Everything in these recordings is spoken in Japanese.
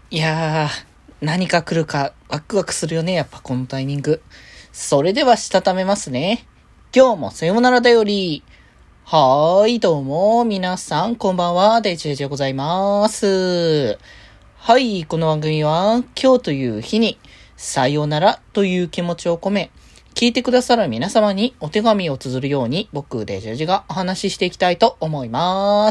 いや何か来るかワクワクするよね、やっぱこのタイミング。それではしたためますね。今日もさよならだより。はーい、どうも、皆さん、こんばんは、デジェジでございます。はい、この番組は、今日という日に、さよならという気持ちを込め、聞いてくださる皆様にお手紙を綴るように、僕、デジェジがお話ししていきたいと思います。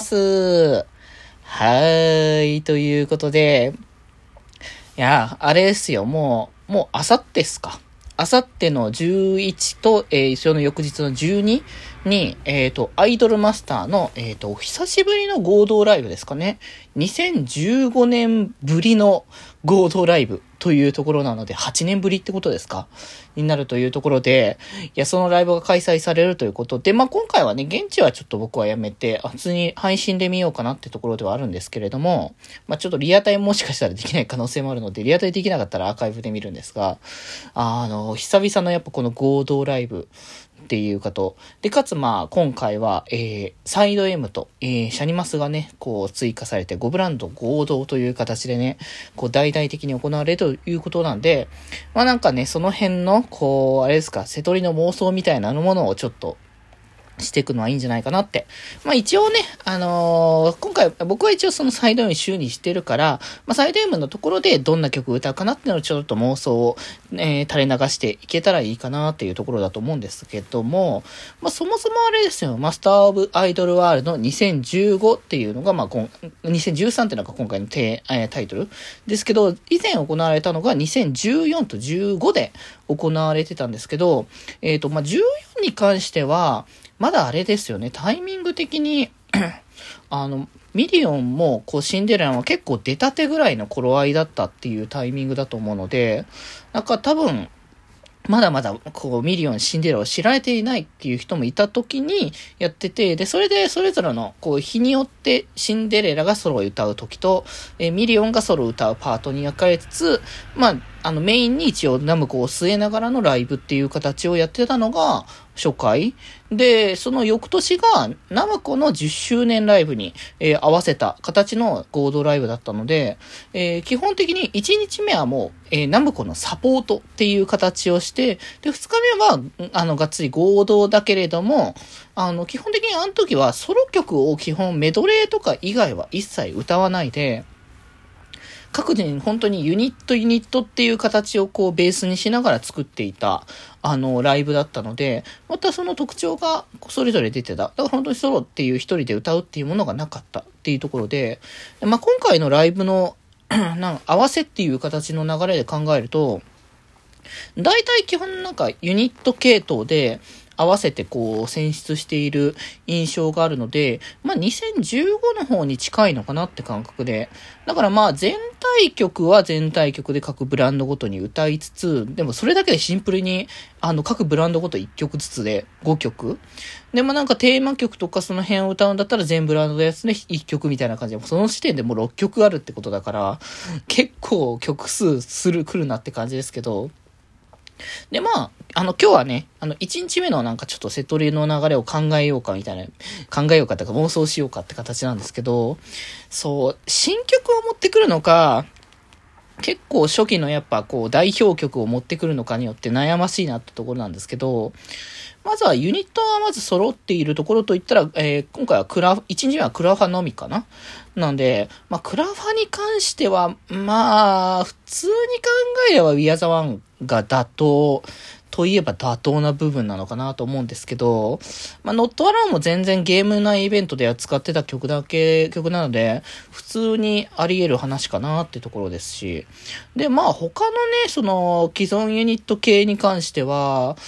はーい、ということで、あれですよ、もう、あさってっすか。あさっての11と、その翌日の12に、アイドルマスターの、久しぶりの合同ライブですかね。2015年ぶりの合同ライブというところなので、8年ぶりってことですかになるというところで、そのライブが開催されるということで、今回はね、現地はちょっと僕はやめて、普通に配信で見ようかなってところではあるんですけれども、ちょっとリアタイもしかしたらできない可能性もあるので、リアタイできなかったらアーカイブで見るんですが、久々のやっぱこの合同ライブっていうかと、で、かつ今回は、サイド M と、シャニマスがね、追加されて5ブランド合同という形でね、大々的に行われるということなんで、その辺の、あれですか、瀬戸りの妄想みたいなものをちょっと、していくのはいいんじゃないかなって。一応ね、今回僕は一応そのサイド M 週にしてるから、サイド M のところでどんな曲を歌うかなっていうのをちょっと妄想を、垂れ流していけたらいいかなっていうところだと思うんですけども、そもそもあれですよ、マスターオブアイドルワールド2015っていうのが、2013っていうのが今回のタイトルですけど、以前行われたのが2014と15で行われてたんですけど、14に関しては、まだあれですよね、タイミング的にミリオンもシンデレラも結構出たてぐらいの頃合いだったっていうタイミングだと思うので、多分、まだまだ、ミリオン、シンデレラを知られていないっていう人もいた時にやってて、で、それで、それぞれの、日によって、シンデレラがソロを歌う時と、ミリオンがソロを歌うパートに分かれつつ、メインに一応ナムコを据えながらのライブっていう形をやってたのが、初回。で、その翌年が、ナムコの10周年ライブに、合わせた形の合同ライブだったので、基本的に1日目はもう、ナムコのサポートっていう形をして、で、2日目は、がっつり合同だけれども、基本的にあの時はソロ曲を基本メドレーとか以外は一切歌わないで、各人本当にユニットっていう形をベースにしながら作っていた、ライブだったので、またその特徴がそれぞれ出てた。だから本当にソロっていう一人で歌うっていうものがなかったっていうところで、今回のライブの合わせっていう形の流れで考えると、大体基本ユニット系統で、合わせて選出している印象があるので、2015の方に近いのかなって感覚で。だから全体曲は全体曲で各ブランドごとに歌いつつ、でもそれだけでシンプルに、各ブランドごと1曲ずつで5曲。でもテーマ曲とかその辺を歌うんだったら全ブランドのやつで1曲みたいな感じで、その時点でもう6曲あるってことだから、結構曲数来るなって感じですけど、で、今日はね、1日目のちょっとセトリの流れを考えようかみたいな、考えようかとか妄想しようかって形なんですけど、そう、新曲を持ってくるのか、結構初期のやっぱ代表曲を持ってくるのかによって悩ましいなってところなんですけど、まずはユニットはまず揃っているところといったら、今回は1日目はクラファのみかななんで、クラファに関しては、普通に考えれば We Are the One が妥当といえば妥当な部分なのかなと思うんですけど、Not Alone も全然ゲーム内イベントで使ってた曲なので、普通にあり得る話かなってところですし、で、他のね、その既存ユニット系に関しては、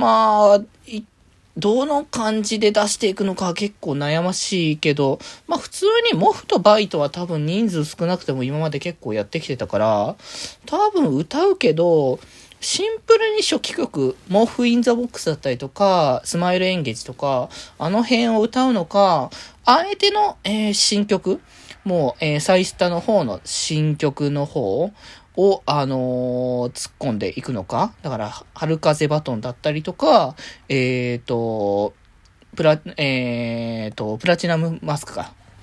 どの感じで出していくのか結構悩ましいけど、普通にモフとバイトは多分人数少なくても今まで結構やってきてたから、多分歌うけど、シンプルに初期曲、モフインザボックスだったりとか、スマイルエンゲージとか、あの辺を歌うのか、あえての、新曲、もう、サイスタの方の新曲の方を、突っ込んでいくのか。だから、春風バトンだったりとか、プラチナムマスクか。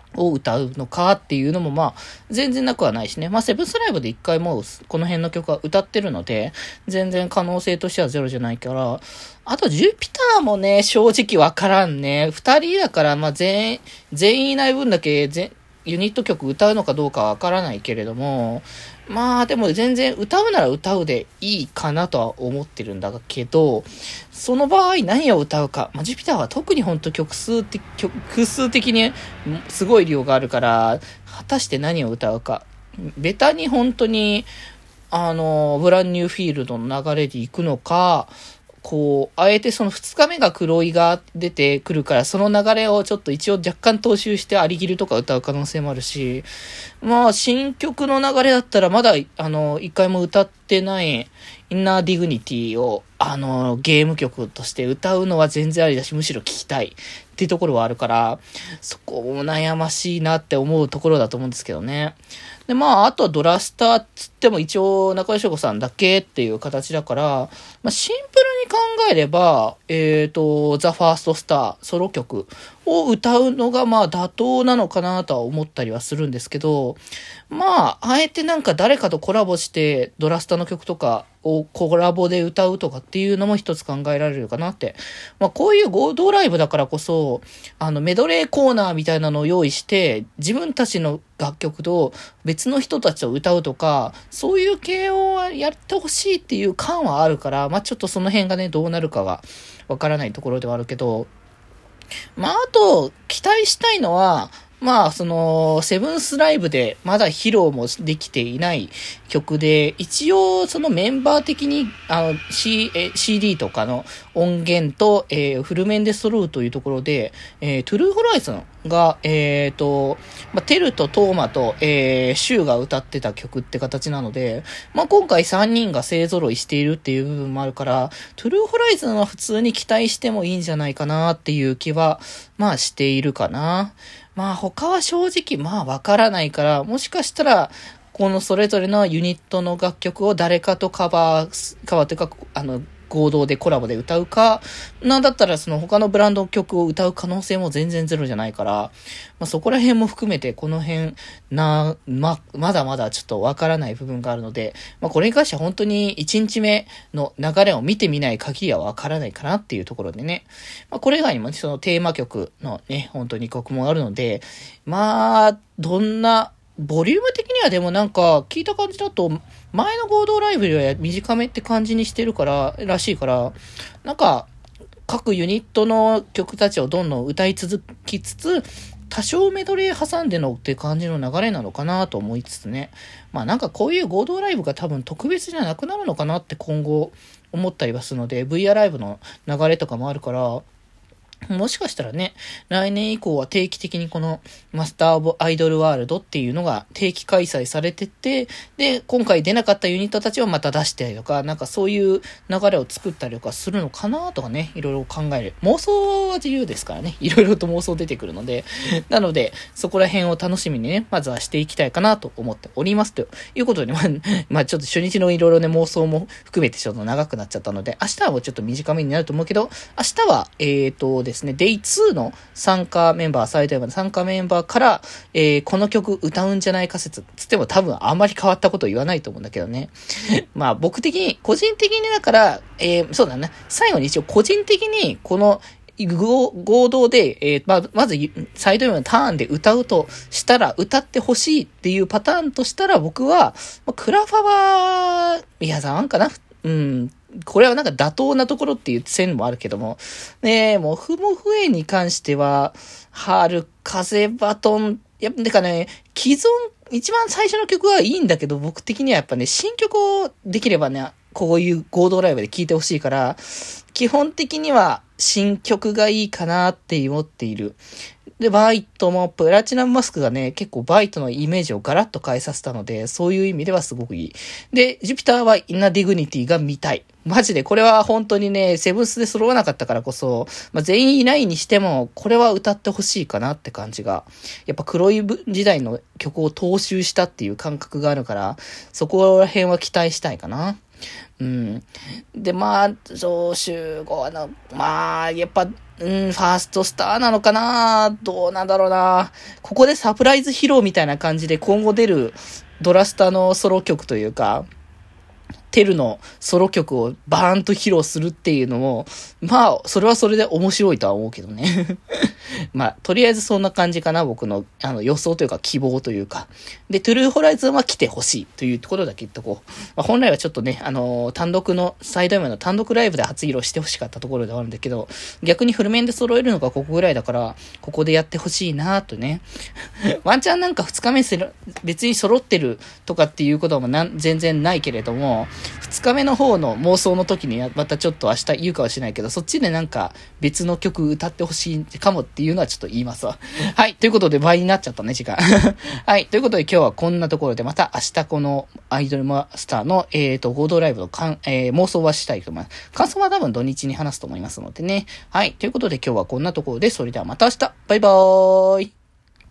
を歌うのかっていうのも全然なくはないしね。セブンスライブで一回もうこの辺の曲は歌ってるので、全然可能性としてはゼロじゃないから、あとジュピターもね、正直わからんね。二人だから、全員いない分だけユニット曲歌うのかどうかわからないけれども、でも全然歌うなら歌うでいいかなとは思ってるんだけど、その場合何を歌うか。ジュピターは特に本当曲数的にすごい量があるから、果たして何を歌うか。ベタに本当に、ブランニューフィールドの流れで行くのか、あえてその2日目が黒いが出てくるから、その流れをちょっと一応若干踏襲してアリギルとか歌う可能性もあるし、新曲の流れだったらまだ、一回も歌ってないインナーディグニティを、ゲーム曲として歌うのは全然ありだし、むしろ聴きたいっていうところはあるから、そこも悩ましいなって思うところだと思うんですけどね。で、あとはドラスターっつっても一応中井翔子さんだけっていう形だから、シンプルに考えれば、ザ・ファーストスターソロ曲を歌うのが妥当なのかなとは思ったりはするんですけど、あえて誰かとコラボしてドラスタの曲とかをコラボで歌うとかっていうのも一つ考えられるかなって。こういう合同ライブだからこそ、メドレーコーナーみたいなのを用意して、自分たちの楽曲と別の人たちと歌うとか、そういう系をやってほしいっていう感はあるから、ちょっとその辺がね、どうなるかがわからないところではあるけど、あと、期待したいのは、セブンスライブでまだ披露もできていない曲で、一応そのメンバー的に、CD とかの音源と、フル面で揃うというところで、トゥルーホライズンが、テルとトーマと、シューが歌ってた曲って形なので、今回3人が勢揃いしているっていう部分もあるから、トゥルーホライズンは普通に期待してもいいんじゃないかなっていう気は、しているかな。他は正直わからないから、もしかしたら、このそれぞれのユニットの楽曲を誰かとカバーというか、合同でコラボで歌うか、なんだったらその他のブランド曲を歌う可能性も全然ゼロじゃないから、そこら辺も含めてこの辺まだまだちょっとわからない部分があるので、これに関しては本当に1日目の流れを見てみない限りはわからないかなっていうところでね。これ以外にもそのテーマ曲のね、本当に曲もあるので、どんな、ボリューム的にはでも聞いた感じだと前の合同ライブよりは短めって感じにしてるらしいから各ユニットの曲たちをどんどん歌い続きつつ多少メドレー挟んでのって感じの流れなのかなと思いつつね。こういう合同ライブが多分特別じゃなくなるのかなって今後思ったりはするので VR ライブの流れとかもあるからもしかしたらね、来年以降は定期的にこのマスターオブアイドルワールドっていうのが定期開催されてて、で、今回出なかったユニットたちをまた出したりとか、そういう流れを作ったりとかするのかなとかね、いろいろ考える。妄想は自由ですからね、いろいろと妄想出てくるので、なので、そこら辺を楽しみにね、まずはしていきたいかなと思っております。ということで、ちょっと初日のいろいろね、妄想も含めてちょっと長くなっちゃったので、明日はもうちょっと短めになると思うけど、明日は、ですね、デイ2の参加メンバー、最大まで参加メンバーから、この曲歌うんじゃないか説、つっても多分あんまり変わったこと言わないと思うんだけどね。僕的に、個人的にだから、そうだね。最後に一応個人的に、この、合同で、まず、サイド M のターンで歌うとしたら、歌ってほしいっていうパターンとしたら、僕は、クラファは、宮沢かな。これは妥当なところっていう線もあるけども、ねえ、もふもふえに関しては、春風バトン、一番最初の曲はいいんだけど、僕的にはやっぱね、新曲をできればね、こういう合同ライブで聴いてほしいから、基本的には新曲がいいかなって思っている。で、バイトもプラチナムマスクがね、結構バイトのイメージをガラッと変えさせたので、そういう意味ではすごくいい。で、ジュピターはインナーディグニティが見たい。マジで、これは本当にね、セブンスで揃わなかったからこそ、全員いないにしても、これは歌ってほしいかなって感じが、やっぱ黒い時代の曲を踏襲したっていう感覚があるから、そこら辺は期待したいかな。 で、集合やっぱ、ファーストスターなのかな、どうなんだろうな。ここでサプライズ披露みたいな感じで今後出るドラスタのソロ曲というか、テルのソロ曲をバーンと披露するっていうのも、それはそれで面白いとは思うけどね。とりあえずそんな感じかな、僕の、予想というか希望というか。で、トゥルーホライズンは来てほしいというところだけ言っとこう。本来はちょっとね、単独の、最大前の単独ライブで初披露してほしかったところではあるんだけど、逆にフル面で揃えるのがここぐらいだから、ここでやってほしいなとね。ワンチャンなんか2日目別に揃ってるとかっていうことも全然ないけれども、2日目の方の妄想の時にまたちょっと明日言うかもしれないけど、そっちでなんか別の曲歌ってほしいかもっていうのはちょっと言いますわ。はい。ということで倍になっちゃったね、時間。はい。ということで今日はこんなところでまた明日このアイドルマスターの、合同ライブの妄想はしたいと思います。感想は多分土日に話すと思いますのでね。はい。ということで今日はこんなところで、それではまた明日。バイバーイ。